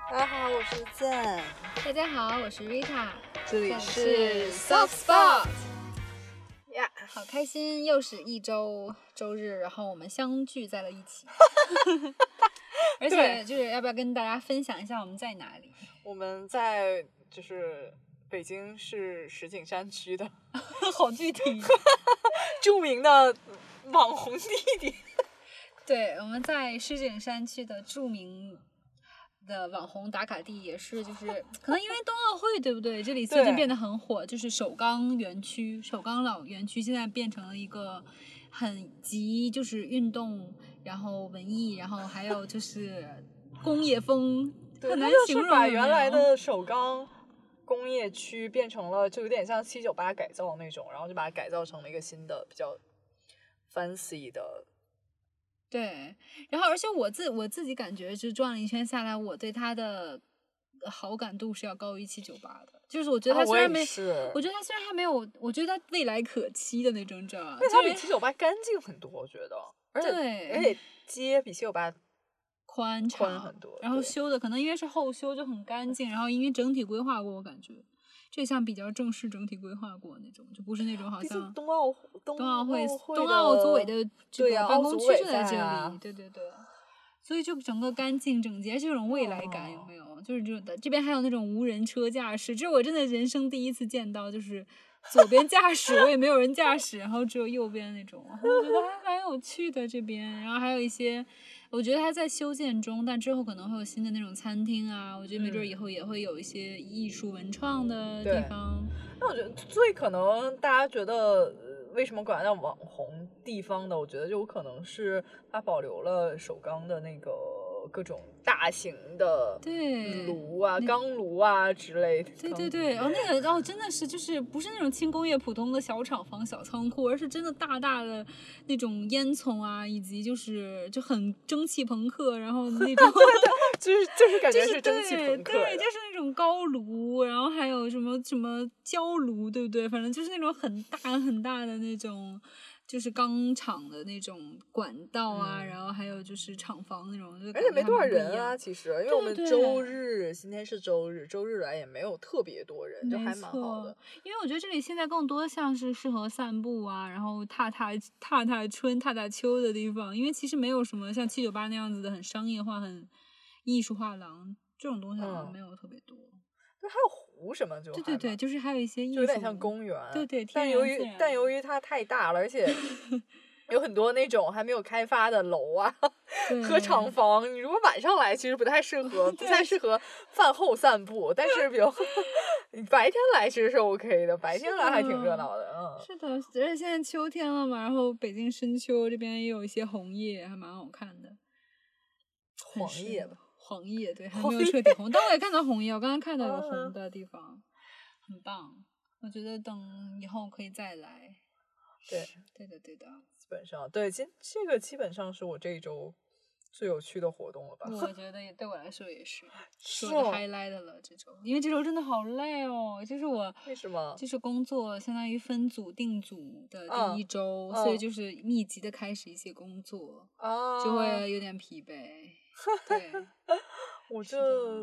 大家好，我是赞。 大家好，我是 Rita， 这里是 Soft Spot。 呀， 好开心，又是一周周日，然后我们相聚在了一起。而且就是要不要跟大家分享一下我们在哪里？ 我们在就是北京市石景山区的好具体， 著名的网红地点。 对，我们在石景山区的著名的网红打卡地，也是就是可能因为冬奥会对不对？这里最近变得很火，就是首钢园区，首钢老园区现在变成了一个很集就是运动，然后文艺，然后还有就是工业风，很难形容。 就是把原来的首钢工业区变成了就有点像798改造那种，然后就把它改造成了一个新的比较 fancy 的。 对，然后而且我自己感觉，就转了一圈下来，我对它的好感度是要高于798的。就是我觉得它虽然没，我觉得它虽然还没有，我觉得它未来可期的那种，知道吗？ 它比798干净很多，我觉得，而且街比798 宽很多， 然后修的可能因为是后修就很干净，然后因为整体规划过，我感觉。这像比较正式整体规划过那种，就不是那种好像冬奥组委的这个办公区就在这里，对，所以就整个干净整洁，这种未来感有没有？就是这种的，这边还有那种无人车驾驶，这是我真的人生第一次见到，就是左边驾驶我也没有人驾驶，然后只有右边那种，我觉得还蛮有趣的这边，然后还有一些。我觉得它在修建中，但之后可能会有新的那种餐厅啊。我觉得没准以后也会有一些艺术文创的地方。 那我觉得最可能大家觉得为什么管它叫网红地方的，我觉得就有可能是它保留了首钢的那个各种大型的炉啊、钢炉啊之类的。 对，那个真的是就是不是那种轻工业普通的小厂房、小仓库，而是真的大的那种烟囱啊，以及就很蒸汽朋克，然后那种就是感觉是蒸汽朋克， 对，就是那种高炉，然后还有什么焦炉，对不对？反正就是那种很大的那种。就是钢厂的那种管道啊，然后还有就是厂房那种， 而且没多少人啊，其实，因为我们周日，今天是周日来也没有特别多人，就还蛮好的。 因为我觉得这里现在更多像是适合散步啊，然后踏春、踏秋的地方，因为其实没有什么像798那样子的很商业化、很艺术画廊这种东西好像没有特别多。 还有湖什么就对，就是还有一些艺术， 就有点像公园。 对， 但由于它太大了，而且有很多那种还没有开发的楼啊和厂房，你如果晚上来，其实不太适合饭后散步。但是比如你白天来其实是 OK 的，白天来还挺热闹的。 是的，而且现在秋天了嘛，然后北京深秋这边也有一些红叶，还蛮好看的。黄叶对，还没有彻底红，但我也看到红叶，我刚刚看到有红的地方，很棒。我觉得等以后可以再来。对的。 基本上对，这个基本上是我这一周最有趣的活动了吧？ 我觉得也对我来说也是，说的 highlight 了这周，因为这周真的好累哦。就是我为什么？ 就是工作相当于分组定组的第一周，所以就是密集的开始一些工作，就会有点疲惫。对， 我就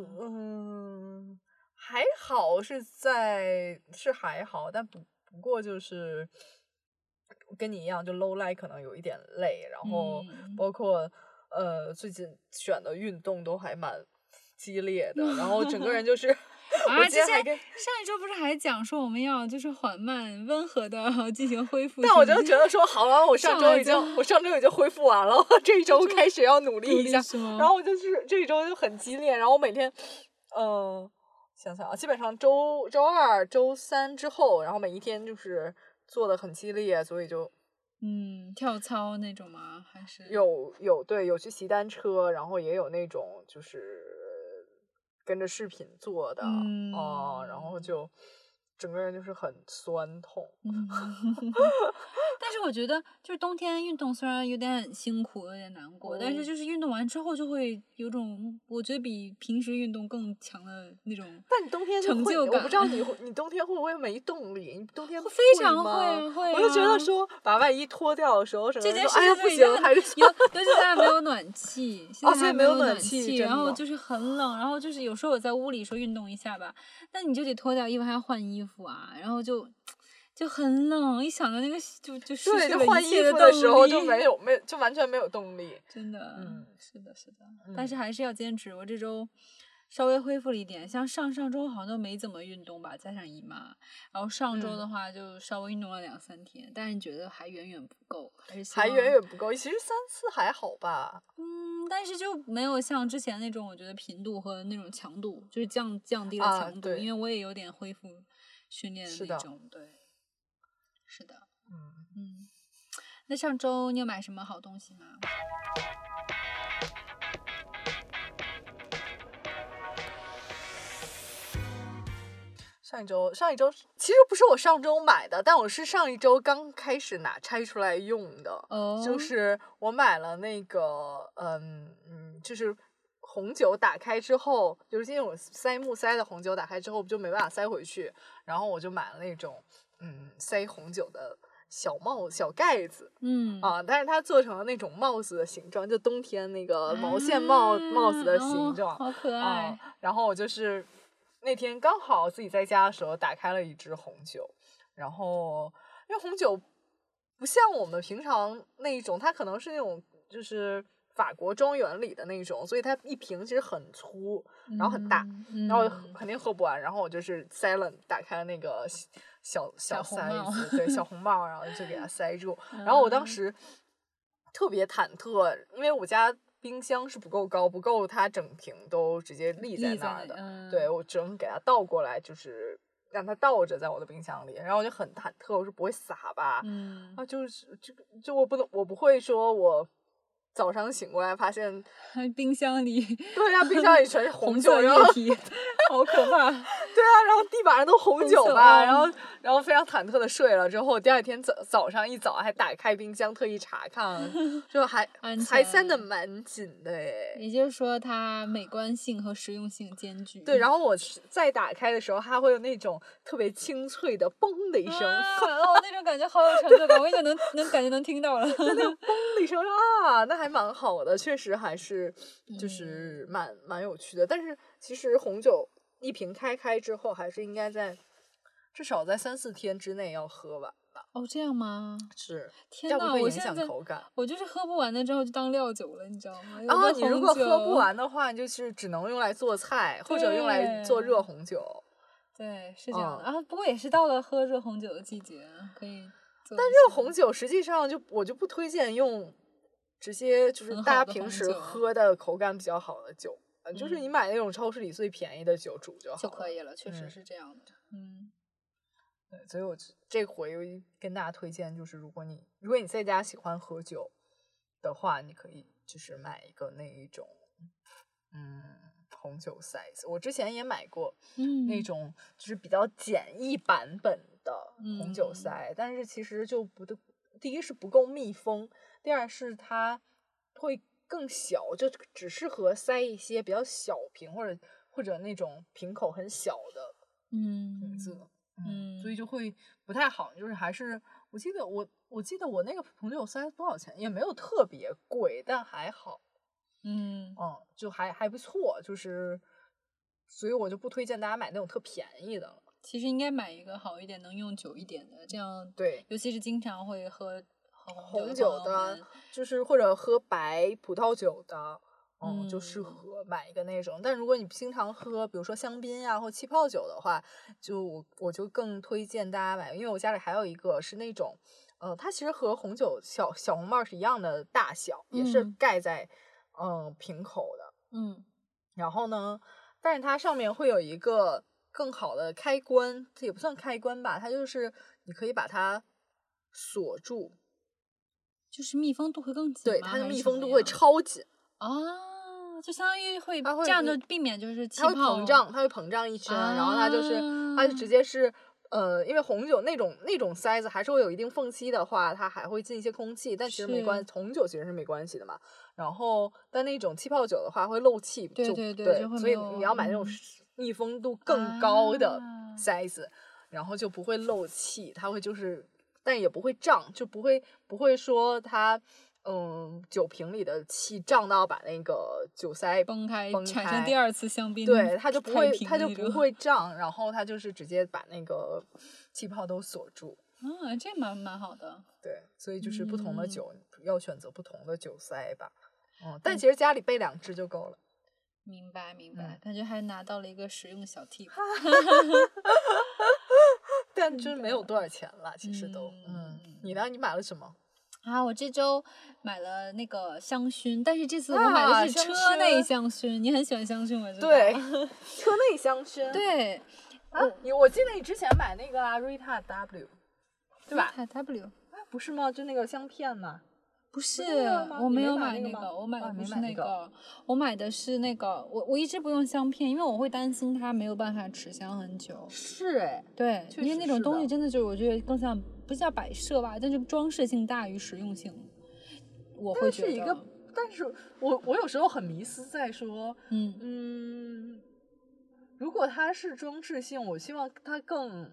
还好是还好，但不过就是跟你一样，就 low light 可能有一点累，然后包括最近选的运动都还蛮激烈的，然后整个人就是我今天还跟上一周不是还讲说我们要就是缓慢温和的进行恢复， 但我就觉得说好了，我上周已经恢复完了，这一周开始要努力一下，然后我就是这一周就很激烈，然后我每天想想啊，基本上周二、周三之后，然后每一天就是做的很激烈，所以就跳操那种吗？还是有去骑单车，然后也有那种就是跟着视频做的然后就整个人就是很酸痛。 但是我觉得就是冬天运动虽然有点辛苦有点难过，但是就是运动完之后就会有种我觉得比平时运动更强的那种但你冬天成就感。 我不知道你冬天会不会没动力？你冬天非常会我就觉得说把外衣脱掉的时候， 这件事哎呀不行，还是尤其现在没有暖气，现在还没有暖气，然后就是很冷，然后就是有时候我在屋里说运动一下吧，那你就得脱掉衣服还要换衣服啊，然后就很冷，一想到那个就失去了换衣服的时候就就完全没有动力。 真的，是的，但是还是要坚持。我这周稍微恢复了一点，像上周好像都没怎么运动吧，加上姨妈，然后上周的话就稍微运动了2-3天，但是觉得还远远不够， 还远远不够。其实3次还好吧。 但是就没有像之前那种，我觉得频度和那种强度就是降低了强度，因为我也有点恢复训练的那种，对，是的，那上周你有买什么好东西吗？ 上一周其实不是我上周买的，但我是上一周刚开始拆出来用的。就是我买了那个就是红酒打开之后，就是那种木塞的红酒打开之后就没办法塞回去，然后我就买了那种塞红酒的小盖子，但是它做成了那种帽子的形状，就冬天那个毛线帽子的形状， 好可爱。 然后我就是那天刚好自己在家的时候打开了一支红酒，然后因为红酒不像我们平常那一种，它可能是那种就是法国庄园里的那种，所以它一瓶其实很粗，然后很大，然后肯定喝不完，然后我就是打开了那个小塞子，对，小红帽，然后就给它塞住。然后我当时特别忐忑，因为我家冰箱是不够它整瓶都直接立在那儿的，对，我只能给它倒过来，就是让它倒着在我的冰箱里，然后我就很忐忑，我说不会洒吧？就我不会说我早上醒过来发现冰箱里， 对呀，冰箱里全是红酒液体，好可怕。 对啊，然后地板上都红酒吧，然后非常忐忑的睡了之后，第二天早上一早还打开冰箱特意查看，就还塞得蛮紧的哎。 也就是说它美观性和实用性兼具。 对，然后我再打开的时候，它会有那种特别清脆的嘣的一声， 那种感觉好有成就感，我已经能感觉能听到了。 那种嘣的一声那还蛮好的，确实还是就是蛮有趣的。但是其实红酒一瓶开之后，还是应该至少在3-4天之内要喝完吧。 这样吗？ 是， 天哪， 会影响口感。 我就是喝不完了之后就当料酒了，你知道吗？ 然后你如果喝不完的话，就是只能用来做菜或者用来做热红酒。 对，是这样的。然后不过也是到了喝热红酒的季节，可以做。 但热红酒实际上我就不推荐用直接就是大家平时喝的口感比较好的酒，就是你买那种超市里最便宜的酒煮就可以了，确实是这样的。 对，所以我这回跟大家推荐，就是如果你在家喜欢喝酒的话，你可以就是买一个那一种红酒塞子。我之前也买过那种就是比较简易版本的红酒塞，但是其实就第一是不够密封，第二是它会更小，就只适合塞一些比较小瓶或者那种瓶口很小的瓶子。所以就会不太好，就是还是我记得我那个红酒塞多少钱，也没有特别贵，但还好，就还不错，就是所以我就不推荐大家买那种特便宜的了。 其实应该买一个好一点、能用久一点的，这样对， 尤其是经常会喝红酒的，就是或者喝白葡萄酒的。就适合买一个那种。但如果你经常喝比如说香槟啊或气泡酒的话，我就更推荐大家买，因为我家里还有一个是那种它其实和红酒小红帽是一样的大小，也是盖在瓶口的。然后呢，但是它上面会有一个更好的开关，这也不算开关吧，它就是你可以把它锁住， 就是密封度会更紧。 对，它的密封度会超紧。 就相当于这样就避免就是气泡，它会膨胀一圈，然后它就直接是因为红酒那种塞子还是会有一定缝隙的话，它还会进一些空气，但其实没关系，红酒其实是没关系的嘛。然后但那种气泡酒的话会漏气， 对， 所以你要买那种密封度更高的塞子，然后就不会漏气，它会但也不会胀，就不会说它酒瓶里的气胀到把那个酒塞崩开产生第二次香槟， 对，它就不会胀，然后它就是直接把那个气泡都锁住。 这蛮好的。 对，所以就是不同的酒要选择不同的酒塞吧。但其实家里备2支就够了。 明白，感觉还拿到了一个实用小 tip。 但就是没有多少钱了，其实都。你呢？你买了什么？ 我这周买了那个香薰，但是这次我买的是车内香薰。你很喜欢香薰，我知道。 对，车内香薰。 对。 我记得你之前买那个Rita W， 对吧 ？Rita W。 不是吗？就那个香片嘛。 不是，我没有买那个，我买的不是那个，我买的是那个，我一直不用香片，因为我会担心它没有办法持香很久。 是对，因为那种东西真的就是我觉得更像不叫摆设吧，但就装饰性大于实用性，我会觉得。 但是我有时候很迷思在说，如果它是装饰性，我希望它更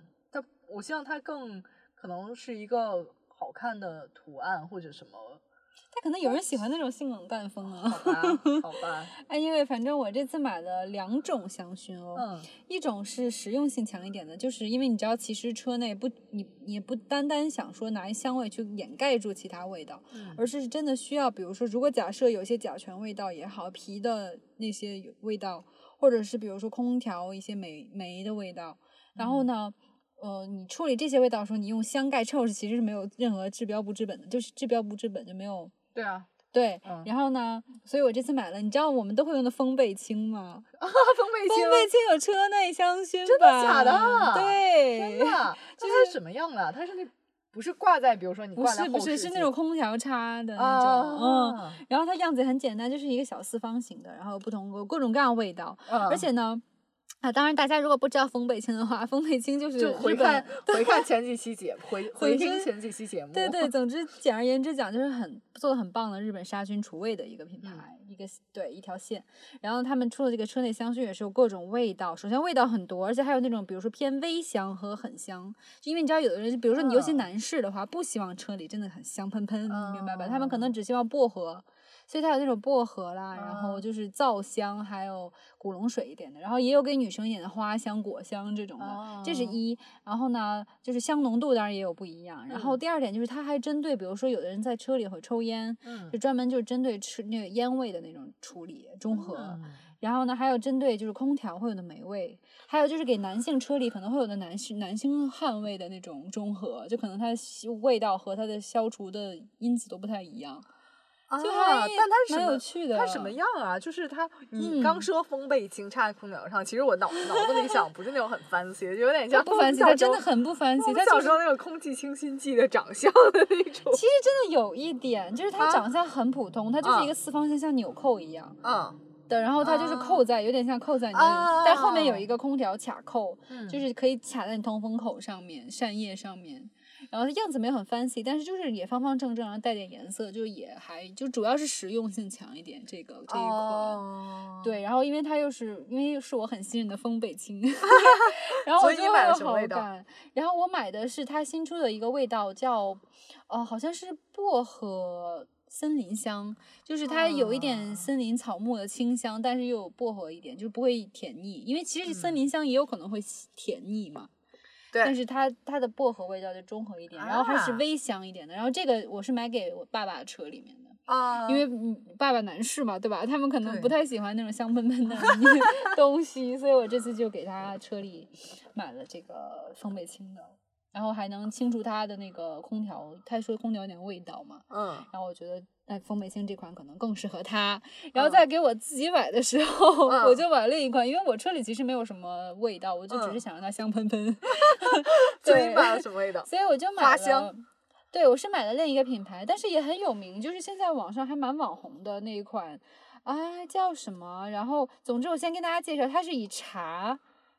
可能是一个好看的图案或者什么。 但可能有人喜欢那种性冷淡风啊。 好吧。 因为反正我这次买了2种香薰哦。一种是实用性强一点的，就是因为你知道，其实车内你不单想说拿香味去掩盖住其他味道，而是真的需要，比如说，如果假设有些甲醛味道也好，皮的那些味道，或者是比如说空调一些霉的味道，然后呢。你处理这些味道的时候，你用香盖臭其实是没有任何治标不治本的，就是治标不治本就没有。 对啊。 对，然后呢，所以我这次买了，你知道我们都会用的风贝清吗？ 风贝清有车内香薰吧？ 真的假的？ 对， 真的。它是什么样的？它是不是挂在，比如说你挂在后视镜？ 不是，是那种空调插的那种。然后它样子也很简单，就是一个小四方形的，然后各种各样的味道，而且呢。当然，大家如果不知道风贝清的话，风贝清就回看前几期节目，回听前几期节目。 对，总之简而言之讲，就是做的很棒的日本杀菌除味的一个品牌，一条线。然后他们出的这个车内香薰也是有各种味道，首先味道很多，而且还有那种比如说偏微香和很香。因为你知道有的人，比如说你尤其男士的话，不希望车里真的很香喷喷，你明白吧？他们可能只希望薄荷。所以它有那种薄荷啦，然后就是皂香，还有古龙水一点的，然后也有给女生一点的花香、果香这种的，这是一。然后呢，就是香浓度当然也有不一样。然后第二点就是它还针对，比如说有的人在车里会抽烟，就专门就是针对那个烟味的那种处理中和。然后呢，还有针对就是空调会有的霉味，还有就是给男性车里可能会有的男性汗味的那种中和，就可能它味道和它的消除的因子都不太一样。 但它是蛮有趣的。 它什么样啊？就是你刚说风贝清插在空调上，其实我脑子里想不是那种很 fancy 的，有点像不 fancy，它真的很不 fancy。 它小时候那个空气清新剂的长相的那种。 其实真的有一点，就是它长相很普通，它就是一个四方形，像纽扣一样。的，然后它就是扣在，有点像扣在你的，但后面有一个空调卡扣，就是可以卡在你通风口上面、扇叶上面。然后它样子没有很 fancy， 但是就是也方方正正，然后带点颜色，就也还就主要是实用性强一点。这一款，对，然后因为是我很信任的风贝清，然后我就会有好感。然后我买的是它新出的一个味道叫，好像是薄荷森林香，就是它有一点森林草木的清香，但是又有薄荷一点，就不会甜腻。因为其实森林香也有可能会甜腻嘛。但是它的薄荷味道就中和一点，然后还是微香一点的。然后这个我是买给我爸爸车里面的，因为爸爸男士嘛，对吧？他们可能不太喜欢那种香喷喷的东西，所以我这次就给他车里买了这个风贝清的，然后还能清除他的那个空调，他说空调有点味道嘛，然后我觉得风贝清这款可能更适合他。然后再给我自己买的时候，我就买另一款，因为我车里其实没有什么味道，我就只是想让它香喷喷。 所以你买了什么味道？ 所以我就买了花香。对，我是买了另一个品牌，但是也很有名，就是现在网上还蛮网红的那一款，叫什么？然后总之我先跟大家介绍，它是以茶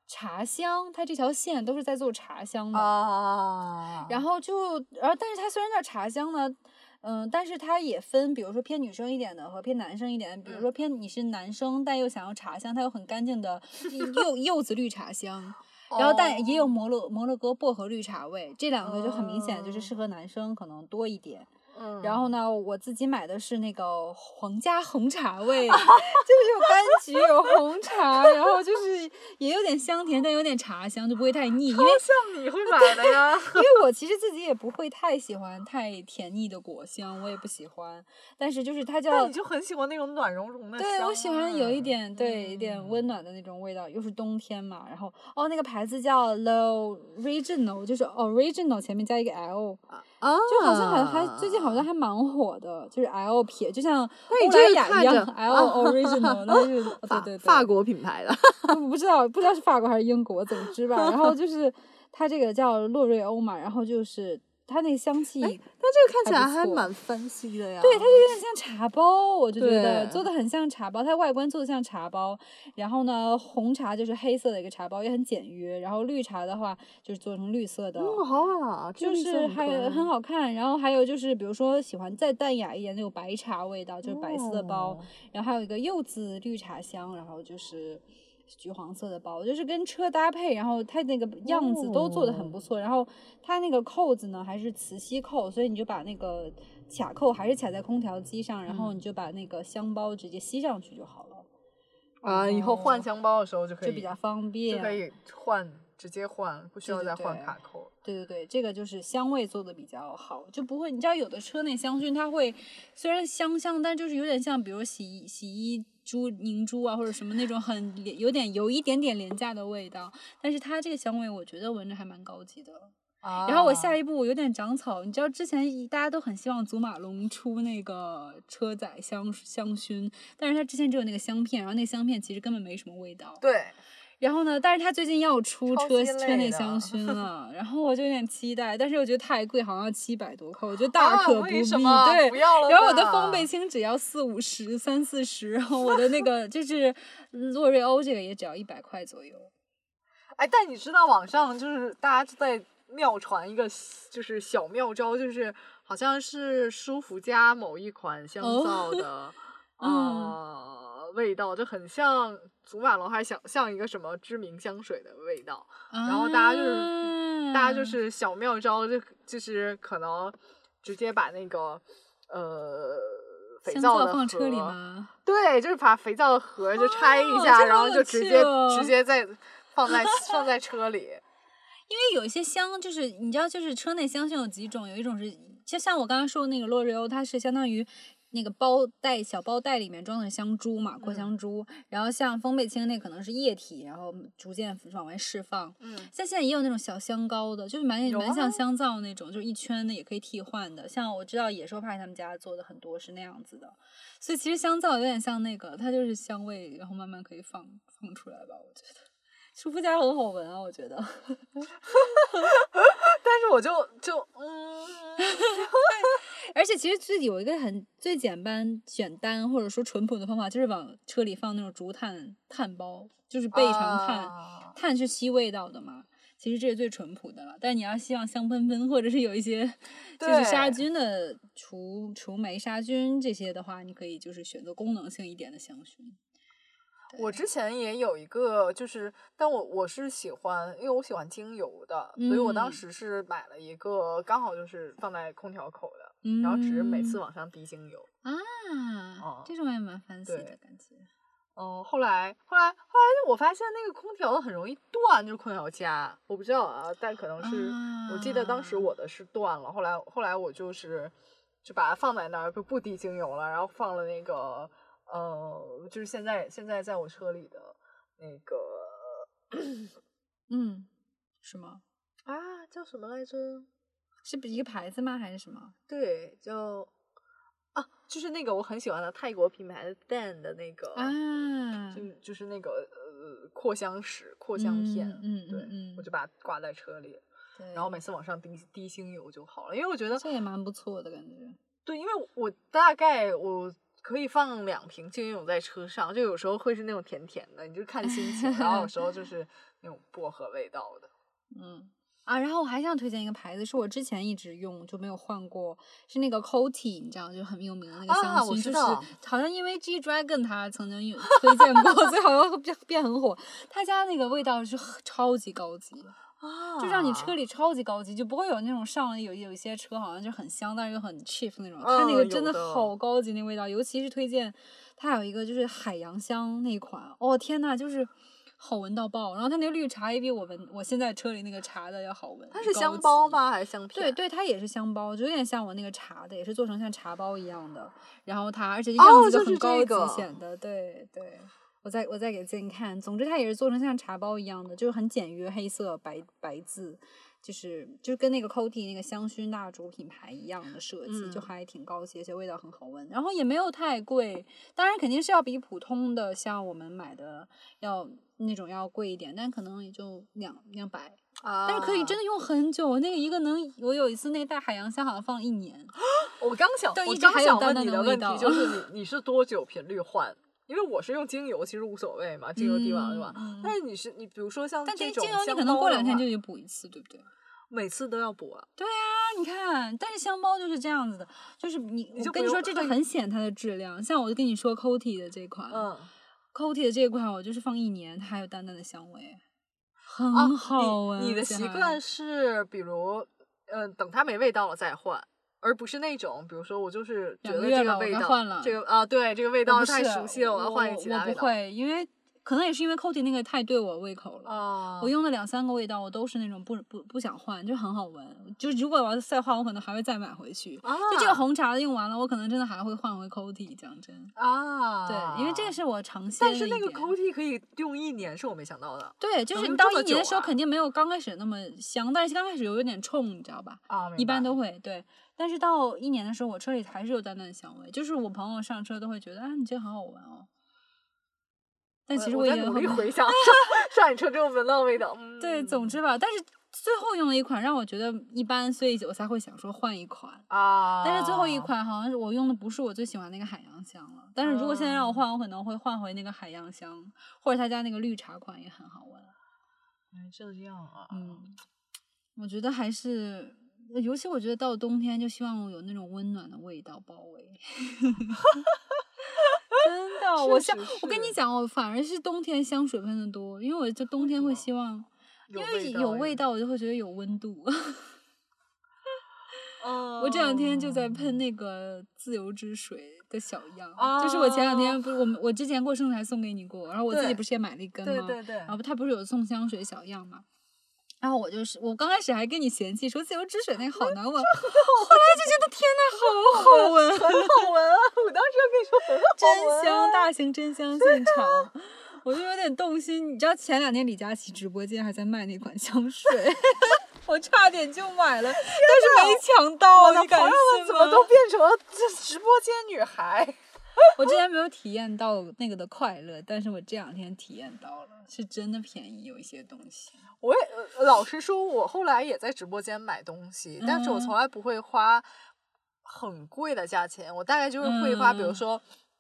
茶香，它这条线都是在做茶香的然后但是它虽然叫茶香呢，但是它也分，比如说偏女生一点的和偏男生一点的，比如说偏你是男生但又想要茶香，它有很干净的柚子绿茶香。然后但也有摩洛哥薄荷绿茶味，这两个就很明显就是适合男生可能多一点。然后呢，我自己买的是那个皇家红茶味，就是有柑橘有红茶，然后就是也有点香甜，但有点茶香，就不会太腻。因为像你会买的呀， 因为我其实自己也不会太喜欢太甜腻的果香，我也不喜欢。但是就是它叫， 但你就很喜欢那种暖融融的香。 对，我喜欢有一点一点温暖的那种味道，又是冬天嘛。然后那个牌子叫 The Original， 就是 Original 前面加一个 L。就好像最近好像还蛮火的，就是 L 撇，就像欧莱雅一样 ，L Original， 那是对， 法国品牌的， 不知道是法国还是英国，总之吧。然后就是它这个叫洛瑞欧嘛，然后就是它那个香气，但这个看起来还蛮fancy的呀。 对，它就有点像茶包，我就觉得做的很像茶包，它外观做的像茶包。然后呢，红茶就是黑色的一个茶包，也很简约。然后绿茶的话就是做成绿色的， 好啊， 就是还很好看。然后还有就是，比如说喜欢再淡雅一点那种白茶味道，就是白色包。然后还有一个柚子绿茶香，然后就是橘黄色的包，就是跟车搭配，然后它那个样子都做的很不错。然后它那个扣子呢还是磁吸扣，所以你就把那个卡扣还是卡在空调机上，然后你就把那个香包直接吸上去就好了。 以后换香包的时候就可以， 就比较方便， 就可以直接换，不需要再换卡扣。 对，这个就是香味做的比较好，就不会，你知道有的车内香薰它会虽然香，但就是有点像比如洗衣珠凝珠啊或者什么那种有一点点廉价的味道，但是它这个香味我觉得闻着还蛮高级的。然后我下一步我有点长草，你知道之前大家都很希望祖马龙出那个车载香薰，但是它之前只有那个香片，然后那个香片其实根本没什么味道。 对。 然后呢，但是它最近要出车内香薰了，然后我就有点期待，但是我觉得太贵，好像要700多块，我觉得大可不必。对， 不要了。 然后我的风倍清只要30-40，然后我的那个就是洛瑞欧这个也只要100块左右。 但你知道网上就是大家在妙传一个就是小妙招，就是好像是舒肤佳某一款香皂的味道，就很像祖马龙，还像一个什么知名香水的味道。然后大家就是小妙招，就是可能直接把那个肥皂的放车里吗？ 对，就是把肥皂的盒就拆一下，然后就直接再放在车里。 因为有一些香，就是你知道，就是车内香薰有几种，有一种是就像我刚刚说的那个洛瑞欧，它是相当于那个小包袋里面装的香珠嘛，扩香珠。然后像风倍清那可能是液体，然后逐渐往外释放。像现在也有那种小香膏的，就是蛮像香皂那种，就是一圈的也可以替换的。像我知道野兽派他们家做的很多是那样子的，所以其实香皂有点像那个，它就是香味，然后慢慢可以放出来吧，我觉得。舒肤佳很好闻啊，我觉得。 但是我就而且其实有一个最简单或者说淳朴的方法，就是往车里放那种竹炭包，就是备长炭是吸味道的嘛。其实这是最淳朴的了，但是你要希望香喷喷，或者是有一些就是杀菌的除霉杀菌这些的话，你可以就是选择功能性一点的香薰。 我之前也有一个，就是但我是喜欢，因为我喜欢精油的，所以我当时是买了一个，刚好就是放在空调口的，然后只是每次往上滴精油这种也蛮fancy的感觉。 后来我发现那个空调很容易断，就是空调夹，我不知道啊，但可能是我记得当时我的是断了，后来我就把它放在那儿，不滴精油了，然后放了那个。就是现在在我车里的那个， 什么叫什么来着？ 是一个牌子吗？还是什么？ 对，就是那个我很喜欢的泰国品牌的 Dan 的那个就是那个扩香片，对，我就把它挂在车里，然后每次往上滴精油就好了，因为我觉得这也蛮不错的感觉。 对，因为我大概可以放2瓶精油在车上，就有时候会是那种甜甜的，你就看心情，然后有时候就是那种薄荷味道的。 然后我还想推荐一个牌子，是我之前一直用就没有换过，是那个 Coty， 你知道，就很有名的那个香薰，就是好像因为 G Dragon 他曾经有推荐过，所以好像变很火。他家那个味道是超级高级。就让你车里超级高级，就不会有那种上了有一些车好像就很香，但是又很 cheap 那种。它那个真的好高级，那味道，尤其是推荐它有一个就是海洋香那款，天呐，就是好闻到爆。然后它那个绿茶也比我现在车里那个茶的要好闻。 它是香包吗？还是香片？ 对，它也是香包，就有点像我那个茶的，也是做成像茶包一样的。然后它而且样子就很高级显得，对。我再给自己看，总之它也是做成像茶包一样的，就是很简约，黑色白字，就是跟那个 Coty 那个香薰蜡烛品牌一样的设计，就还挺高级，而且味道很好闻，然后也没有太贵，当然肯定是要比普通的像我们买的要那种要贵一点，但可能也就200。但是可以真的用很久，那个一个我有一次那袋海洋香好像放了1年。 我刚想问你的问题就是你是多久频率换？因为我是用精油，其实无所谓嘛，精油滴完是吧？但是你比如说像这种精油，你可能过2天就补一次，对不对？ 每次都要补啊？ 对啊，你看，但是香包就是这样子的，就是我跟你说，这个很显它的质量。像我就跟你说 Coty 的这款，Coty 的这款我就是放1年，它还有淡淡的香味，很好闻。 你的习惯是，比如等它没味道了再换。而不是那种，比如说我就是觉得这个味道，这个对，这个味道太熟悉了，我要换一个其他味道。 我不会，因为可能也是因为 Coty 那个太对我胃口了。我用了2-3个味道，我都是那种不想换，就很好闻。就如果我要再换，我可能还会再买回去。就这个红茶用完了，我可能真的还会换回 Coty， 讲真。对，因为这个是我尝鲜的一点。 但是那个 Coty 可以用1年，是我没想到的。 对，就是你到1年的时候，肯定没有刚开始那么香，但是刚开始有点冲，你知道吧？一般都会对。但是到1年的时候，我车里还是有淡淡的香味，就是我朋友上车都会觉得你这个很好闻哦。但其实我在努力回想上你车之后闻到的味道。 对，总之吧，但是最后用了一款让我觉得一般，所以我才会想说换一款但是最后一款好像是我用的不是我最喜欢那个海洋香了。但是如果现在让我换，我可能会换回那个海洋香，或者他家那个绿茶款也很好闻。 这样啊。 我觉得还是。尤其我觉得到冬天就希望有那种温暖的味道包围。真的，我跟你讲，我反而是冬天香水喷的多，因为我这冬天会希望，因为有味道我就会觉得有温度。我这2天就在喷那个自由之水的小样，就是我前2天不是我之前过生日还送给你过，然后我自己不是也买了一根吗？ 对。 然后它不是有送香水小样吗？然后我刚开始还跟你嫌弃说自由之水那个好难闻，后来就觉得天哪，好闻， 很好闻啊！我当时要跟你说很好闻， 真香，大型真香现场，我就有点动心。你知道前2天李佳琦直播间还在卖那款香水，我差点就买了，但是没抢到。你敢信吗？朋友们怎么都变成了直播间女孩？ 我之前没有体验到那个的快乐，但是我这2天体验到了，是真的便宜，有一些东西。 我也老实说，我后来也在直播间买东西，但是我从来不会花很贵的价钱，我大概就是会花，比如说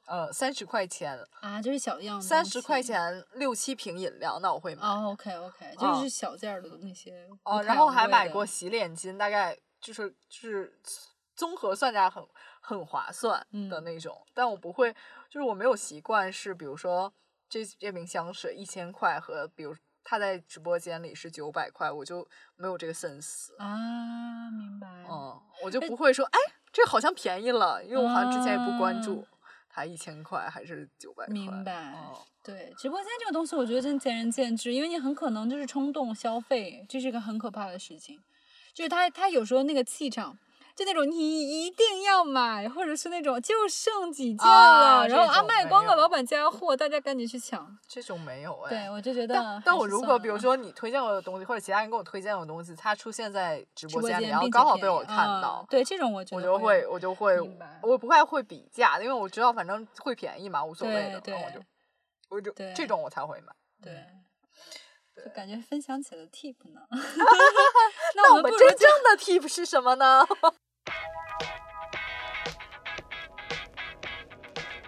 30块钱就是小样 ，30块钱6-7瓶饮料，那我会买。 OK， 就是小件的那些。 然后还买过洗脸巾，大概就是综合算下很划算的那种，但我不会，就是我没有习惯是，比如说这瓶香水1000块和比如他在直播间里是900块，我就没有这个 sense 明白。 我就不会说这好像便宜了，因为我好像之前也不关注它1000块还是900块。 明白。对，直播间这个东西我觉得真见仁见智，因为你很可能就是冲动消费，这是一个很可怕的事情，就是他有时候那个气场就那种你一定要买，或者是那种就剩几件了，然后卖光了，老板加货，大家赶紧去抢。 这种没有对，我就觉得。 但我如果比如说你推荐我的东西，或者其他人给我推荐我的东西，它出现在直播间里，然后刚好被我看到， 对这种我就会，我不太会比价，因为我知道反正会便宜嘛，无所谓的，我就这种我才会买。 对。就感觉分享起了 tip 呢。 那我们真正的 tip 是什么呢？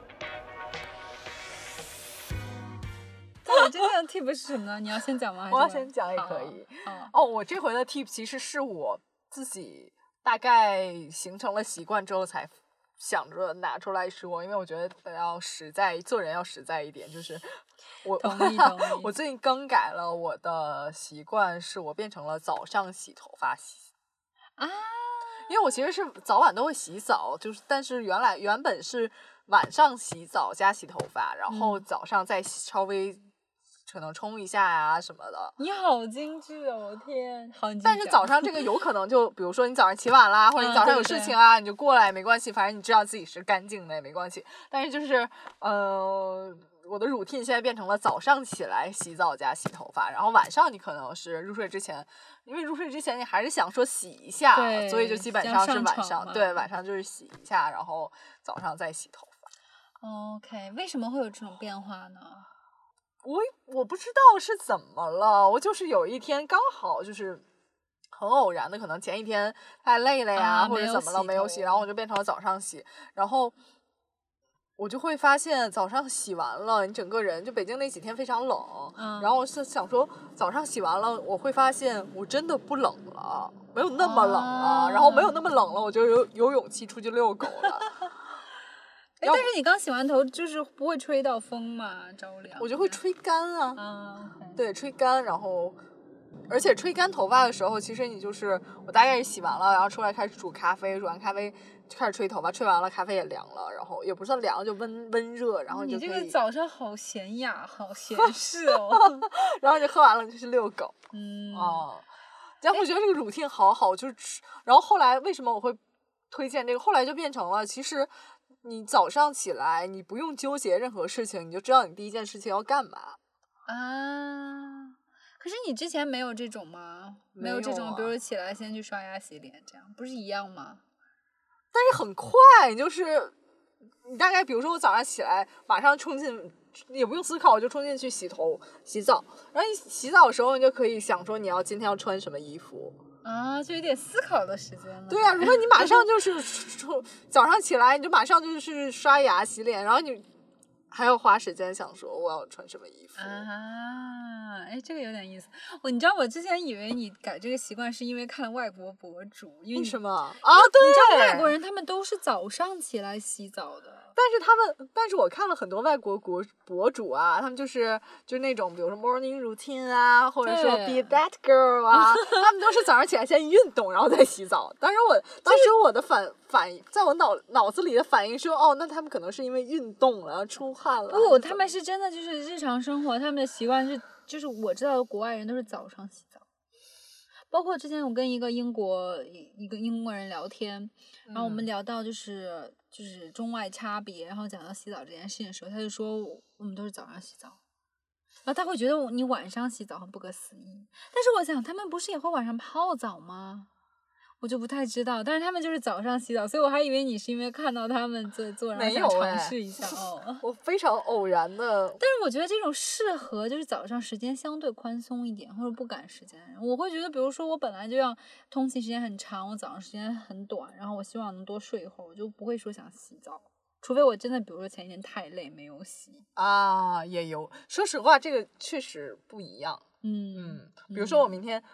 真正的 tip 是什么呢？你要先讲吗？ 我要先讲也可以。哦，我这回的 tip 其实是我自己大概形成了习惯之后才想着拿出来说，因为我觉得要实在，做人要实在一点。就是我我最近更改了我的习惯，是我变成了早上洗头发啊。 因为我其实是早晚都会洗澡，但是原本是晚上洗澡加洗头发，然后早上再稍微可能冲一下呀什么的。 你好精致啊！我天，好。 但是早上这个有可能就比如说你早上起晚啦，或者你早上有事情啊，你就过来也没关系，反正你知道自己是干净的也没关系。但是就是我的routine现在变成了早上起来洗澡加洗头发，然后晚上你可能是入睡之前，因为入睡之前你还是想说洗一下，所以就基本上是晚上，对，晚上就是洗一下，然后早上再洗头发。OK， 为什么会有这种变化呢？ 我不知道是怎么了，我就是有一天刚好就是很偶然的，可能前一天太累了呀，或者怎么了没有洗，然后我就变成了早上洗，然后我就会发现早上洗完了，你整个人就北京那几天非常冷，然后我是想说早上洗完了，我会发现我真的不冷了，没有那么冷了，然后没有那么冷了，我就有勇气出去遛狗了。 但是你刚洗完头就是不会吹到风嘛，着凉。 我就会吹干啊。 对，吹干，然后而且吹干头发的时候，其实你就是我大概是洗完了，然后出来开始煮咖啡，煮完咖啡就开始吹头发，吹完了咖啡也凉了，然后也不算凉，就温热，然后你就可以。 你这个早上好闲雅，好闲适哦。 然后就喝完了就去遛狗。然后我觉得这个routine好，就是然后后来为什么我会推荐这个？后来就变成了，其实你早上起来你不用纠结任何事情，你就知道你第一件事情要干嘛啊。可是你之前没有这种吗？没有这种，比如起来先去刷牙洗脸，这样不是一样吗？ 但是很快，就是你大概比如说我早上起来马上冲进，也不用思考，我就冲进去洗头洗澡，然后你洗澡的时候你就可以想说你今天要穿什么衣服啊，就有点思考的时间了。 对啊，如果你马上就是早上起来你就马上就是刷牙洗脸，然后你还要花时间想说我要穿什么衣服啊。哎，这个有点意思。你知道我之前以为你改这个习惯是因为看外国博主，因为什么啊？对， 你知道外国人他们都是早上起来洗澡的。 但是我看了很多外国博主啊，他们就是那种比如说 morning routine 啊，或者说 be that girl 啊，他们都是早上起来先运动，然后再洗澡。当时我的反应，在我脑子里的反应说，那他们可能是因为运动了，出汗了。 不，他们是真的就是日常生活，他们的习惯是，就是我知道的国外人都是早上洗澡。包括之前我跟一个英国人聊天，然后我们聊到就是中外差别，然后讲到洗澡这件事情的时候，他就说我们都是早上洗澡，然后他会觉得你晚上洗澡很不可思议。但是我想他们不是也会晚上泡澡吗？我就不太知道，但是他们就是早上洗澡，所以我还以为你是因为看到他们做然后想尝试一下我非常偶然的。 但是我觉得这种适合就是早上时间相对宽松一点或者不赶时间的人，我会觉得比如说我本来就要通勤时间很长，我早上时间很短，然后我希望能多睡一会儿，我就不会说想洗澡，除非我真的比如说前一天太累没有洗啊。也有，说实话这个确实不一样。比如说我明天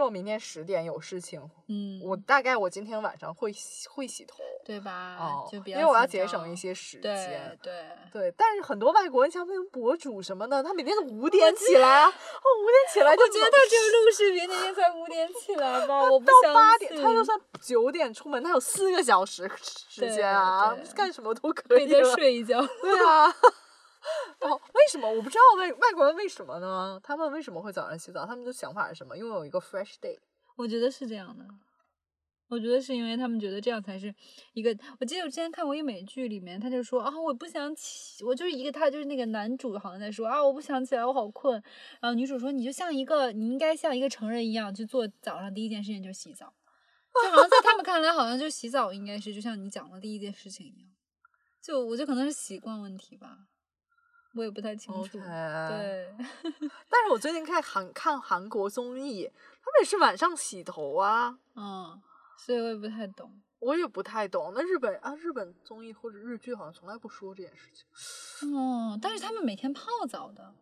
10点有事情，我大概我今天晚上会洗头， 对吧？就比较因为我要节省一些时间。 对。 但是很多外国人像那种博主什么的，他每天都5点起来，5点起来就。 我觉得他只有录视频那天才5点起来吧，我不相信。 到8点，他就算9点出门，他有4个小时时间啊，干什么都可以。 可以再睡一觉。 对啊。为什么我不知道外国人为什么呢？他们为什么会早上洗澡？他们的想法是什么？因为有一个 fresh day。 我觉得是这样的，我觉得是因为他们觉得这样才是一个。我记得我之前看过一美剧，里面他就说我不想起，我就是他就是那个男主好像在说我不想起来，我好困。然后女主说你应该像一个成人一样去做早上第一件事情就是洗澡，就好像在他们看来好像就洗澡应该是就像你讲的第一件事情一样。我觉得可能是习惯问题吧。我也不太清楚。对。 但是我最近看韩国综艺，他们也是晚上洗头啊。 所以我也不太懂。 我也不太懂。那日本综艺或者日剧好像从来不说这件事情。 但是他们每天泡澡的，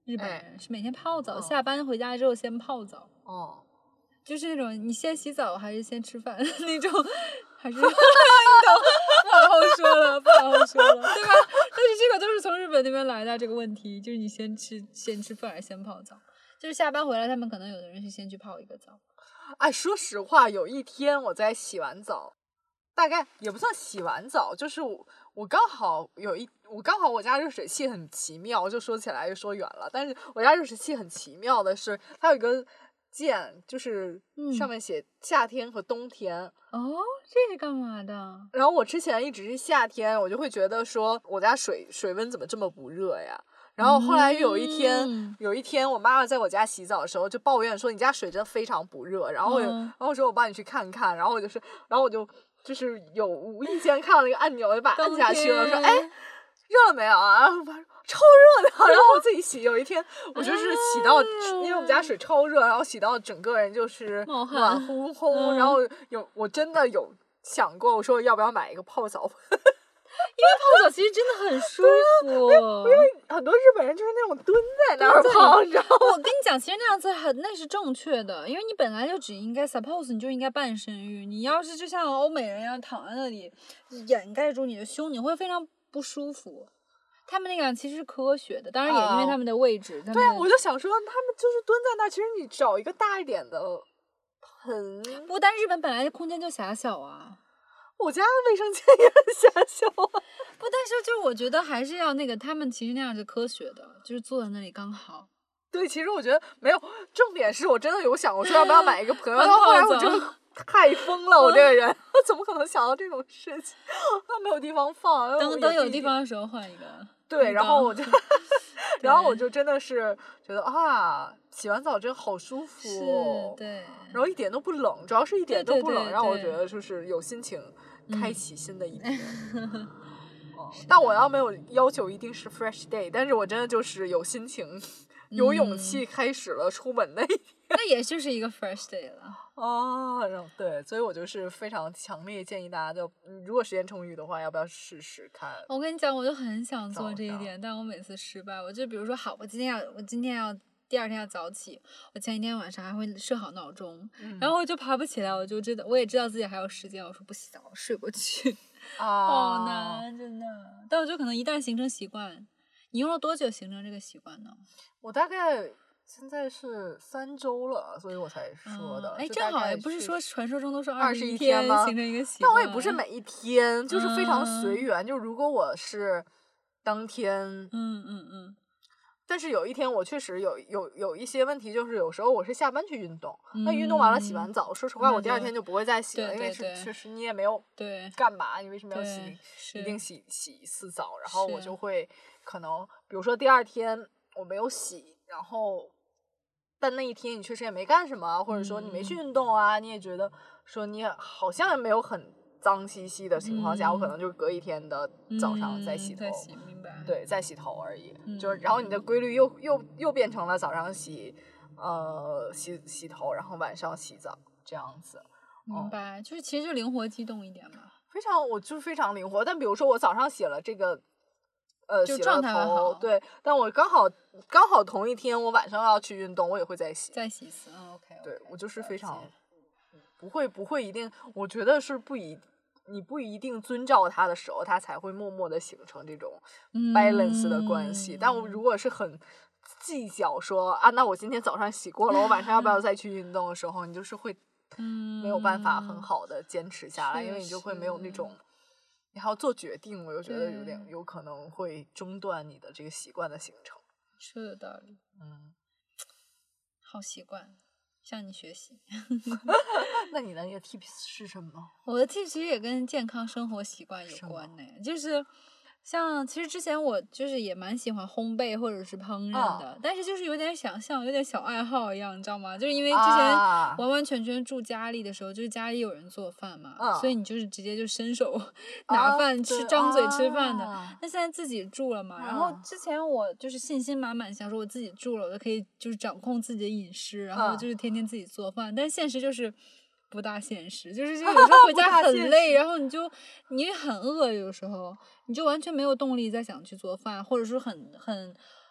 日本人是每天泡澡，下班回家之后先泡澡。 哦， 就是那种你先洗澡还是先吃饭那种，还是你懂？不好好说了，对吧？但是这个都是从日本那边来的这个问题，就是你先吃饭还是先泡澡？就是下班回来，他们可能有的人是先去泡一个澡。 哎，说实话，有一天我在洗完澡，大概也不算洗完澡，就是我刚好我家热水器很奇妙，就说起来又说远了，但是我家热水器很奇妙的是，它有一个键，就是上面写夏天和冬天。 哦，这是干嘛的？ 然后我之前一直是夏天，我就会觉得说我家水温怎么这么不热呀？然后后来有一天我妈妈在我家洗澡的时候就抱怨说你家水真的非常不热，然后我说我帮你去看看，然后我就是有无意间看到那个按钮，我就把它按下去了，说哎热了没有啊？然后我妈说超热的，然后我自己洗，有一天我就是洗到，因为我们家水超热，然后洗到整个人就是暖烘烘，然后我真的有想过，我说要不要买一个泡澡盆。 因为泡澡其实真的很舒服， 因为很多日本人就是那种蹲在那儿泡，你知道吗？ 我跟你讲，其实那样子那是正确的，因为你本来就只应该 suppose 你就应该半身浴，你要是就像欧美人一样躺在那里掩盖住你的胸，你会非常不舒服。他们那个其实是科学的，当然也因为他们的位置。 对啊，我就想说，他们就是蹲在那儿，其实你找一个大一点的盆。 不，但日本本来空间就狭小啊。 我家卫生间也很狭小啊。 不，但是就是我觉得还是要那个，他们其实那样是科学的，就是坐在那里刚好。 对，其实我觉得没有，重点是我真的有想过说要不要买一个盆，然后后来我真的太疯了，我这个人我怎么可能想到这种事情？没有地方放， 等有地方的时候换一个。 对，然后我就然后我就真的是觉得啊，洗完澡真好舒服， 是，对， 然后一点都不冷，主要是一点都不冷， 对让我觉得就是有心情开启新的一天。但我要没有要求一定是 fresh day， 但是我真的就是有心情、有勇气开始了出门那一天。 那也就是一个 fresh day 了。 对，所以我就是非常强烈建议大家，就如果时间充裕的话，要不要试试看？ 我跟你讲，我就很想做这一点，但我每次失败。我就比如说，好，我今天要第二天要早起，我前一天晚上还会设好闹钟，然后我就爬不起来，我也知道自己还有时间，我说不洗澡，我睡过去。好难，真的。但我就可能一旦形成习惯，你用了多久形成这个习惯呢？ 我大概现在是3周了，所以我才说的。 正好也不是说传说中都说 21 天吗？ 形成一个习惯。 但我也不是每一天，就是非常随缘。就如果我是当天，但是有一天我确实有一些问题，就是有时候我是下班去运动，那运动完了洗完澡，说实话我第二天就不会再洗了，因为确实你也没有干嘛，你为什么要洗？一定洗一次澡，然后我就会可能比如说第二天我没有洗，然后但那一天你确实也没干什么，或者说你没去运动啊，你也觉得说你好像也没有很脏兮兮的情况下，我可能就隔一天的早上再洗头，对，再洗头而已。然后你的规律又变成了早上洗头，然后晚上洗澡这样子。 明白，就是其实就灵活机动一点嘛。 我就是非常灵活，但比如说我早上洗了这个。 就状态好， 对，但我刚好同一天，我晚上要去运动，我也会再洗一次，OK。 对，我就是非常不会一定，我觉得是你不一定遵照它的时候，它才会默默的形成这种 balance 的关系。但我如果是很计较说啊，那我今天早上洗过了，我晚上要不要再去运动的时候，你就是会没有办法很好的坚持下来，因为你就会没有那种。你还要做决定，我就觉得有可能会中断你的这个习惯的形成。 说的道理，好习惯，向你学习。 那你的那个 tips 是什么？ 我的 tips 其实也跟健康生活习惯有关呢，就是像其实之前我就是也蛮喜欢烘焙或者是烹饪的，但是就是有点像有点小爱好一样，你知道吗？就是因为之前完完全全住家里的时候，就是家里有人做饭嘛，所以你就是直接就伸手拿饭吃，张嘴吃饭的。那现在自己住了嘛，然后之前我就是信心满满，想说我自己住了，我就可以就是掌控自己的饮食，然后就是天天自己做饭，但现实就是不大现实，就是有时候回家很累，然后你很饿，有时候你就完全没有动力再想去做饭，或者说很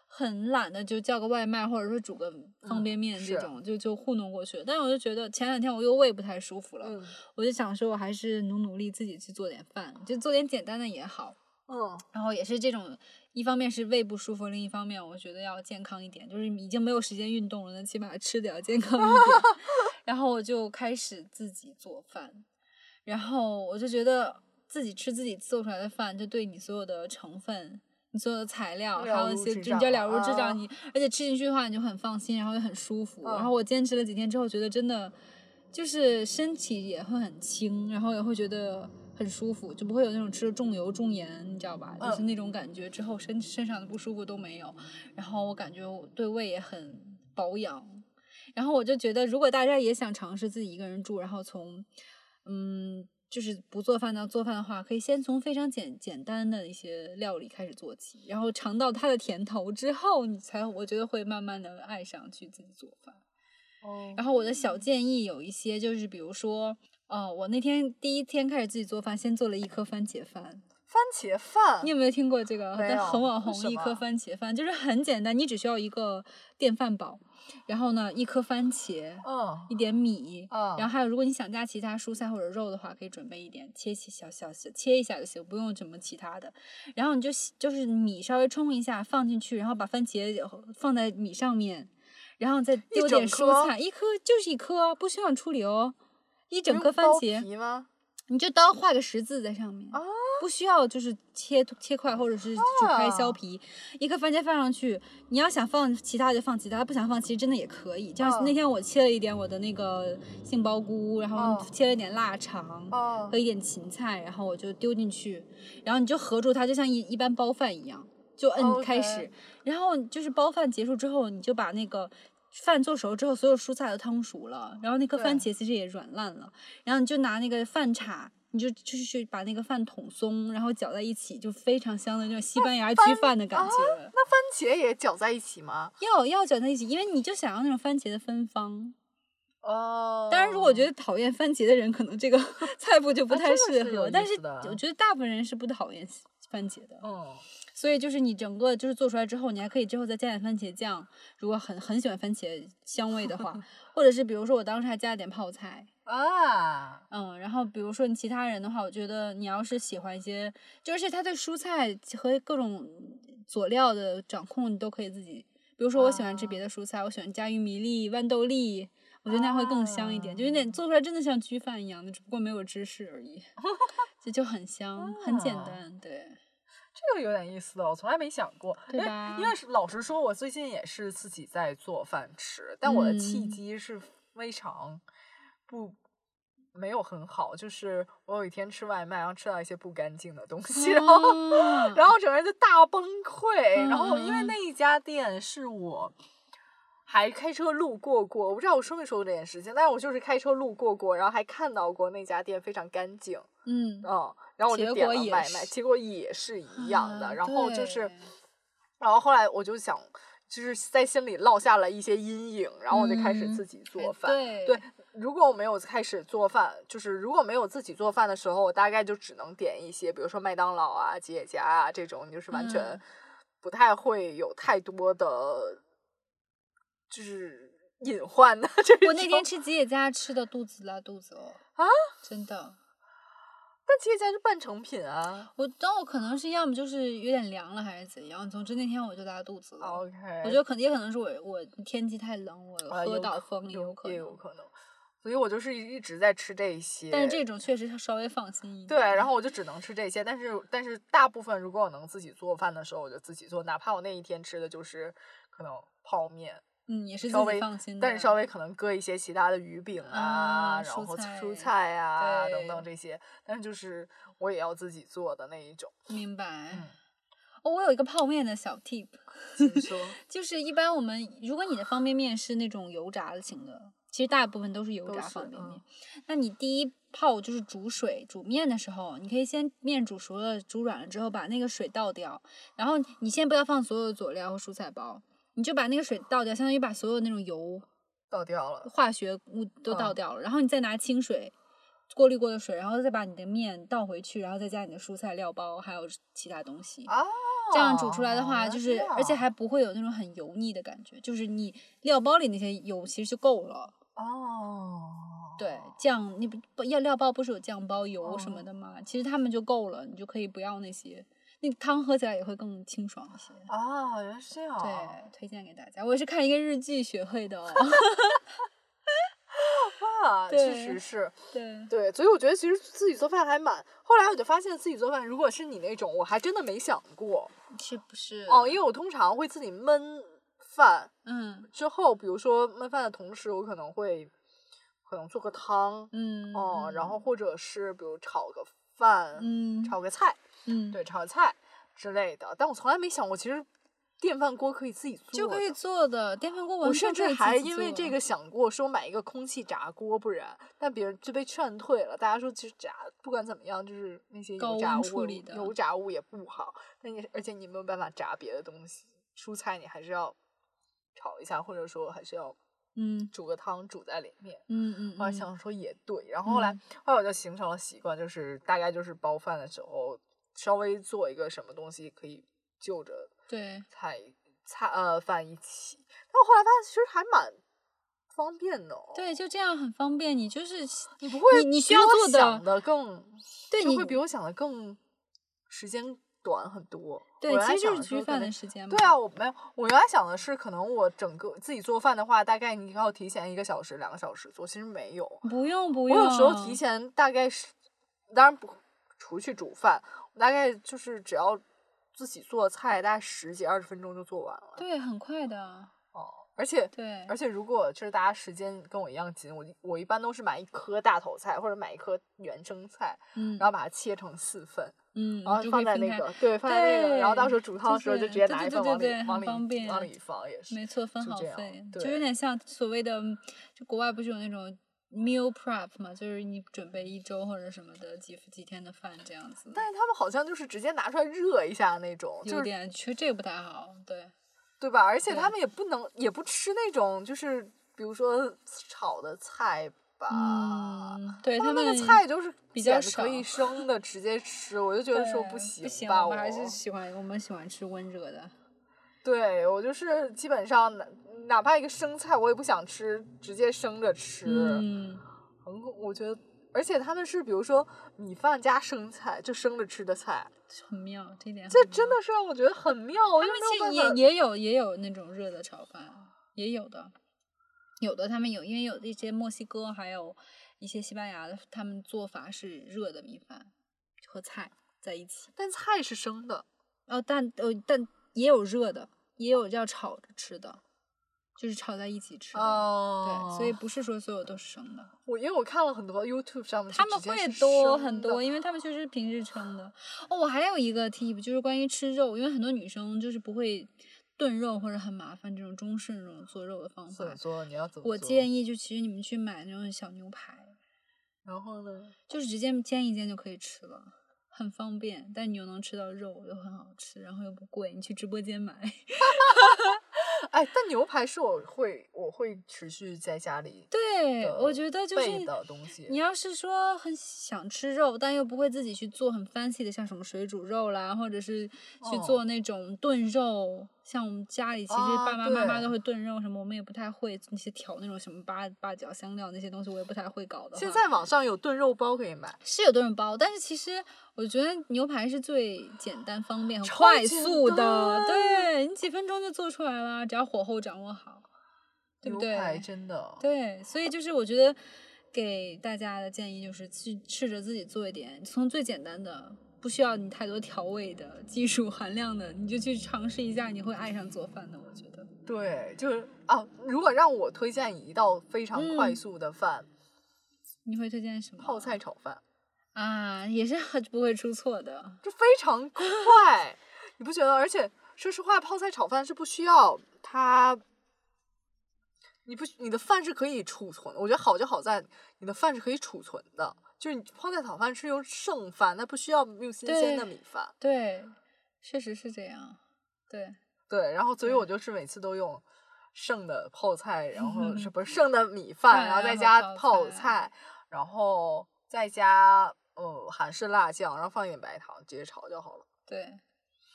很懒的就叫个外卖，或者说煮个方便面这种，就糊弄过去了。但是我就觉得前2天我又胃不太舒服了，我就想说我还是努力自己去做点饭，就做点简单的也好。然后也是这种，一方面是胃不舒服，另一方面我觉得要健康一点，就是已经没有时间运动了，那起码吃的要健康一点。然后我就开始自己做饭，然后我就觉得自己吃自己做出来的饭，就对你所有的成分、你所有的材料，还有一些你就了如指掌，而且吃进去的话你就很放心，然后也很舒服。然后我坚持了几天之后，觉得真的就是身体也会很轻，然后也会觉得很舒服，就不会有那种吃重油重盐，你知道吧？就是那种感觉之后身上的不舒服都没有，然后我感觉我对胃也很保养。然后我就觉得如果大家也想尝试自己一个人住，然后从就是不做饭到做饭的话，可以先从非常简单的一些料理开始做起，然后尝到它的甜头之后，我觉得会慢慢的爱上去自己做饭。然后我的小建议有一些，就是比如说我那天第1天开始自己做饭，先做了1颗番茄饭。 番茄饭， 你有没有听过这个？很网红，1颗番茄饭，就是很简单，你只需要一个电饭煲，然后呢1颗番茄，一点米，然后还有如果你想加其他蔬菜或者肉的话，可以准备一点，切一下就行，不用什么其他的。然后你就是米稍微冲一下放进去，然后把番茄放在米上面，然后再丢点蔬菜，一颗就是1颗，不需要处理哦。一整颗番茄，你就刀画个10字在上面，不需要就是切块或者是煮开削皮。1颗番茄放上去，你要想放其他就放其他，不想放其实真的也可以。就像那天我切了一点我的那个杏鲍菇，然后切了一点腊肠和一点芹菜，然后我就丢进去，然后你就合住它，就像一般包饭一样，就摁开始。然后就是包饭结束之后，你就把那个饭做熟之后，所有蔬菜都汤熟了，然后那颗番茄其实也软烂了，然后你就拿那个饭铲，你就是去把那个饭捅松，然后搅在一起，就非常香的那种西班牙焗饭的感觉。 那番茄也搅在一起吗？ 要搅在一起，因为你就想要那种番茄的芬芳。当然如果我觉得讨厌番茄的人，可能这个菜谱就不太适合，但是我觉得大部分人是不讨厌番茄的。所以就是你整个就是做出来之后，你还可以之后再加点番茄酱，如果很喜欢番茄香味的话，或者是比如说我当时还加了点泡菜然后比如说你其他人的话，我觉得你要是喜欢一些，就是他对蔬菜和各种佐料的掌控，你都可以自己。比如说我喜欢吃别的蔬菜，我喜欢加玉米粒、豌豆粒，我觉得那样会更香一点，就有点做出来真的像焗饭一样的，只不过没有芝士而已，就很香，很简单，对。 这个有点意思的，我从来没想过。 对吧？ 因为老实说，我最近也是自己在做饭吃，但我的契机是非常没有很好，就是我有一天吃外卖，然后吃到一些不干净的东西，然后整个人就大崩溃。然后因为那一家店是我还开车路过，我不知道我说没说过这件事情，但是我就是开车路过，然后还看到过那家店非常干净。然后我就点了外卖，结果也是一样的。然后就是，然后后来我就想，就是在心里落下了一些阴影，然后我就开始自己做饭。对，如果我没有开始做饭，就是如果没有自己做饭的时候，我大概就只能点一些，比如说麦当劳啊、吉野家啊这种，就是完全不太会有太多的，就是隐患的这种。 我那天吃吉野家吃的拉肚子哦。真的。 但吉野家是半成品啊。 我可能是要么就是有点凉了还是怎样，总之那天我就拉肚子了。 OK。 我觉得也可能是我天气太冷，我喝到风也有可能。所以我就是一直在吃这些。 但是这种确实稍微放心一点。 对，然后我就只能吃这些，但是大部分如果我能自己做饭的时候，我就自己做，哪怕我那一天吃的就是可能泡面。 也是自己放心的， 但是稍微可能搁一些其他的鱼饼然后蔬菜啊等等这些，但是就是我也要自己做的那一种。 明白。我有一个泡面的小 tip。 你说。 就是一般如果你的方便面是那种油炸型的，其实大部分都是油炸方便面。那你第一泡就是煮面的时候，你可以先面煮熟了、煮软了之后，把那个水倒掉，然后你先不要放所有的佐料和蔬菜包。你就把那个水倒掉，相当于把所有那种油倒掉了， 化学物都倒掉了，然后你再拿清水过滤过的水，然后再把你的面倒回去，然后再加你的蔬菜料包还有其他东西。 这样煮出来的话，就是而且还不会有那种很油腻的感觉，就是你料包里那些油其实就够了。对，酱你不要料包不是有酱包油什么的吗？其实他们就够了，你就可以不要那些。那个汤喝起来也会更清爽一些。 原来是这样。 对，推荐给大家。我也是看一个日剧学会的哦。 确实是。对，所以我觉得其实自己做饭还蛮……后来我就发现自己做饭，如果是你那种，我还真的没想过。 是不是？ 因为我通常会自己焖饭。之后比如说焖饭的同时，我可能做个汤。然后或者是比如炒个饭。炒个菜。对，炒个菜之类的。但我从来没想过，其实电饭锅可以自己做。 就可以做的，电饭锅我甚至还因为这个想过说买一个空气炸锅，不然，但别人就被劝退了。大家说其实不管怎么样，就是那些油炸物也不好。而且你没有办法炸别的东西，蔬菜你还是要炒一下，或者说还是要煮个汤煮在里面。我想说也对，然后后来我就形成了习惯，就是大概就是包饭的时候稍微做一个什么东西可以就着饭一起。但我后来发现其实还蛮方便的。 对，就这样很方便。你就是你不会你需要做的更对， 你会比我想的更时间短很多。 对，其实就是焗饭的时间嘛。 对啊，我没有，我原来想的是可能我整个自己做饭的话，大概你要提前1个小时2个小时做，其实没有。 不用。 我有时候提前大概是，当然不除去煮饭，我大概就是只要自己做菜，大概10几20分钟就做完了。 对，很快的。 而且如果就是大家时间跟我一样紧，我一般都是买1颗大头菜或者买1颗原生菜，然后把它切成4份，然后放在那个放在那个，然后到时候煮汤的时候就直接拿一份往里放，也是没错，分好费， 就有点像所谓的，就国外不是有那种meal prep 嘛，就是你准备1周或者什么的几天的饭这样子。 但是他们好像就是直接拿出来热一下那种， 有点其实这个不太好， 对吧？而且他们也不吃那种就是比如说炒的菜吧。 对，他们那个菜就是比较少， 可以生的直接吃，我就觉得说不行吧。 我们还是我们喜欢吃温热的。 对，我就是基本上哪怕一个生菜我也不想吃，直接生着吃。我觉得，而且他们是比如说米饭加生菜，就生着吃的菜， 很妙，这点这真的是让我觉得很妙。 他们其实也有那种热的炒饭，也有的他们有，因为有一些墨西哥还有一些西班牙的，他们做法是热的米饭和菜在一起， 但菜是生的。 但也有热的，也有要炒着吃的。就是炒在一起吃的。对，所以不是说所有都是生的。 因为我看了很多 YouTube 上面， 他们会多很多，因为他们确实是平时称的。我还有一个 tip 就是关于吃肉，因为很多女生就是不会炖肉或者很麻烦这种中式那种做肉的方法。 你要怎么做？ 我建议其实你们去买那种小牛排， 然后呢， 就是直接煎一煎就可以吃了。很方便，但你又能吃到肉，又很好吃，然后又不贵，你去直播间买。 但牛排是我会持续在家里。 对，我觉得就是你要是说很想吃肉，但又不会自己去做很 fancy 的，像什么水煮肉啦，或者是去做那种炖肉。像我们家里其实爸爸妈妈都会炖肉什么，我们也不太会那些调那种什么八角香料那些东西，我也不太会搞的。 现在网上有炖肉包可以买， 是有炖肉包，但是其实我觉得牛排是最简单、方便、很快速的。对，你几分钟就做出来了，只要火候掌握好，对不对？ 牛排真的。 对，所以就是我觉得给大家的建议就是去试着自己做一点，从最简单的。不需要你太多调味的技术含量的，你就去尝试一下，你会爱上做饭的。我觉得。 对，就是如果让我推荐一道非常快速的饭， 你会推荐什么？ 泡菜炒饭。 也是不会出错的， 就非常快，你不觉得？而且说实话，泡菜炒饭是不需要它，你的饭是可以储存的。我觉得好就好在你的饭是可以储存的。就是你泡菜炒饭是用剩饭，它不需要用新鲜的米饭。 对，确实是这样。 对，然后所以我就是每次都用剩的泡菜，然后不是剩的米饭，然后再加泡菜，然后再加韩式辣酱，然后放一点白糖，直接炒就好了。 对。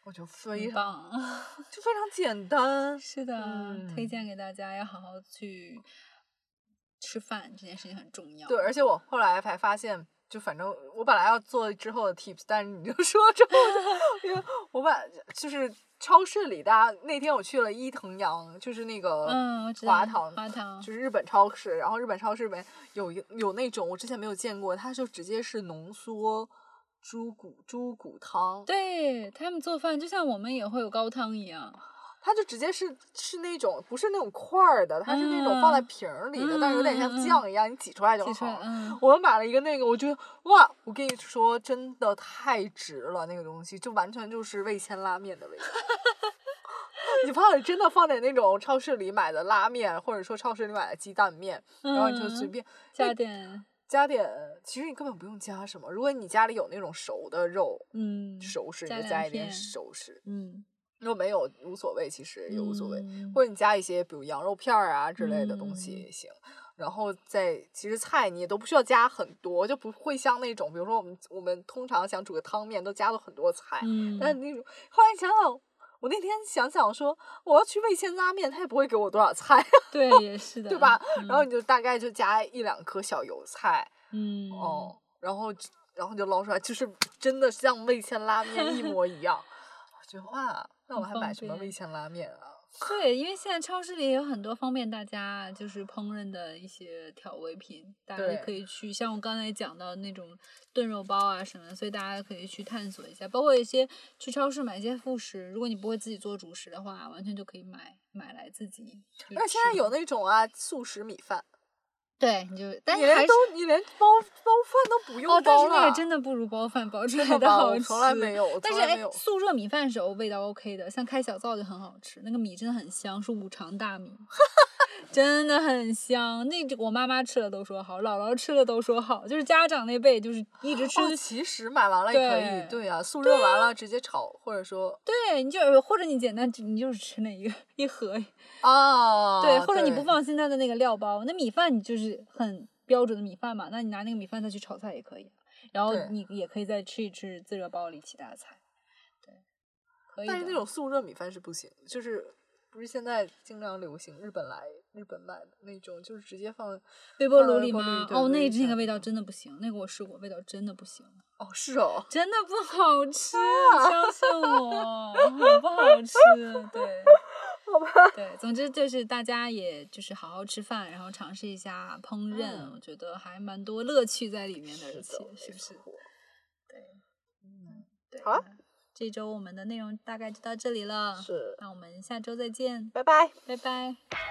我觉得非常棒， 就非常简单。 是的，推荐给大家要好好去吃饭，这件事情很重要。 对，而且我后来还发现，就反正我本来要做之后的 tips， 但是你就说之后就，因为我就是超市里那天我去了伊藤洋，就是那个华堂，就是日本超市，然后日本超市里面有那种我之前没有见过，它就直接是浓缩猪骨汤。 对，他们做饭就像我们也会有高汤一样。 它就直接是那种不是那种块儿的，它是那种放在瓶里的，但是有点像酱一样，你挤出来就好。我们买了一个那个，我觉得哇，我跟你说，真的太值了，那个东西就完全就是味千拉面的味道。你真的放点那种超市里买的拉面，或者说超市里买的鸡蛋面，然后你就随便加点， 其实你根本不用加什么。如果你家里有那种熟的肉，熟食，你就加一点熟食，如果没有无所谓，其实也无所谓，或者你加一些比如羊肉片啊之类的东西也行。然后其实菜你也都不需要加很多，就不会像那种比如说我们通常想煮个汤面都加了很多菜，但是那种后来想想，我那天想说我要去味千拉面，他也不会给我多少菜。 对，也是的， 对吧？然后你就大概就加1-2颗小油菜，然后就捞出来，就是真的像味千拉面一模一样。我觉得哇，那我还买什么味千拉面啊？ 对，因为现在超市里也有很多方便大家就是烹饪的一些调味品，大家可以去像我刚才讲到那种炖肉包啊什么的，所以大家可以去探索一下。包括一些去超市买一些副食，如果你不会自己做主食的话，完全就可以买来自己。 而且现在有那种速食米饭。 对，但是你连包饭都不用包了。 但是那个真的不如包饭包出来的好吃。 从来没有。 但是速热米饭是味道 OK 的，像开小灶就很好吃，那个米真的很香，是五常大米，真的很香。我妈妈吃了都说好，姥姥吃了都说好，就是家长那辈就是一直吃。 其实买完了也可以，对啊，速热完了直接炒，或者说。 对，或者你简单，你就是吃那一盒。 对， 或者你不放心它的那个料包，那米饭你就是很标准的米饭嘛，那你拿那个米饭再去炒菜也可以，然后你也可以再吃一吃自热包里其他的菜。对，可以。 但是那种速热米饭是不行，就是不是现在经常流行日本买的那种，就是直接放微波炉里吗？那个味道真的不行，那个我试过，味道真的不行。 是哦， 真的不好吃，相信我，很不好吃。对， 好吧。 对，总之就是大家也就是好好吃饭，然后尝试一下烹饪，我觉得还蛮多乐趣在里面的，而且是不是？对，对。 好啊， 这周我们的内容大概就到这里了， 是， 那我们下周再见， 拜拜， 拜拜。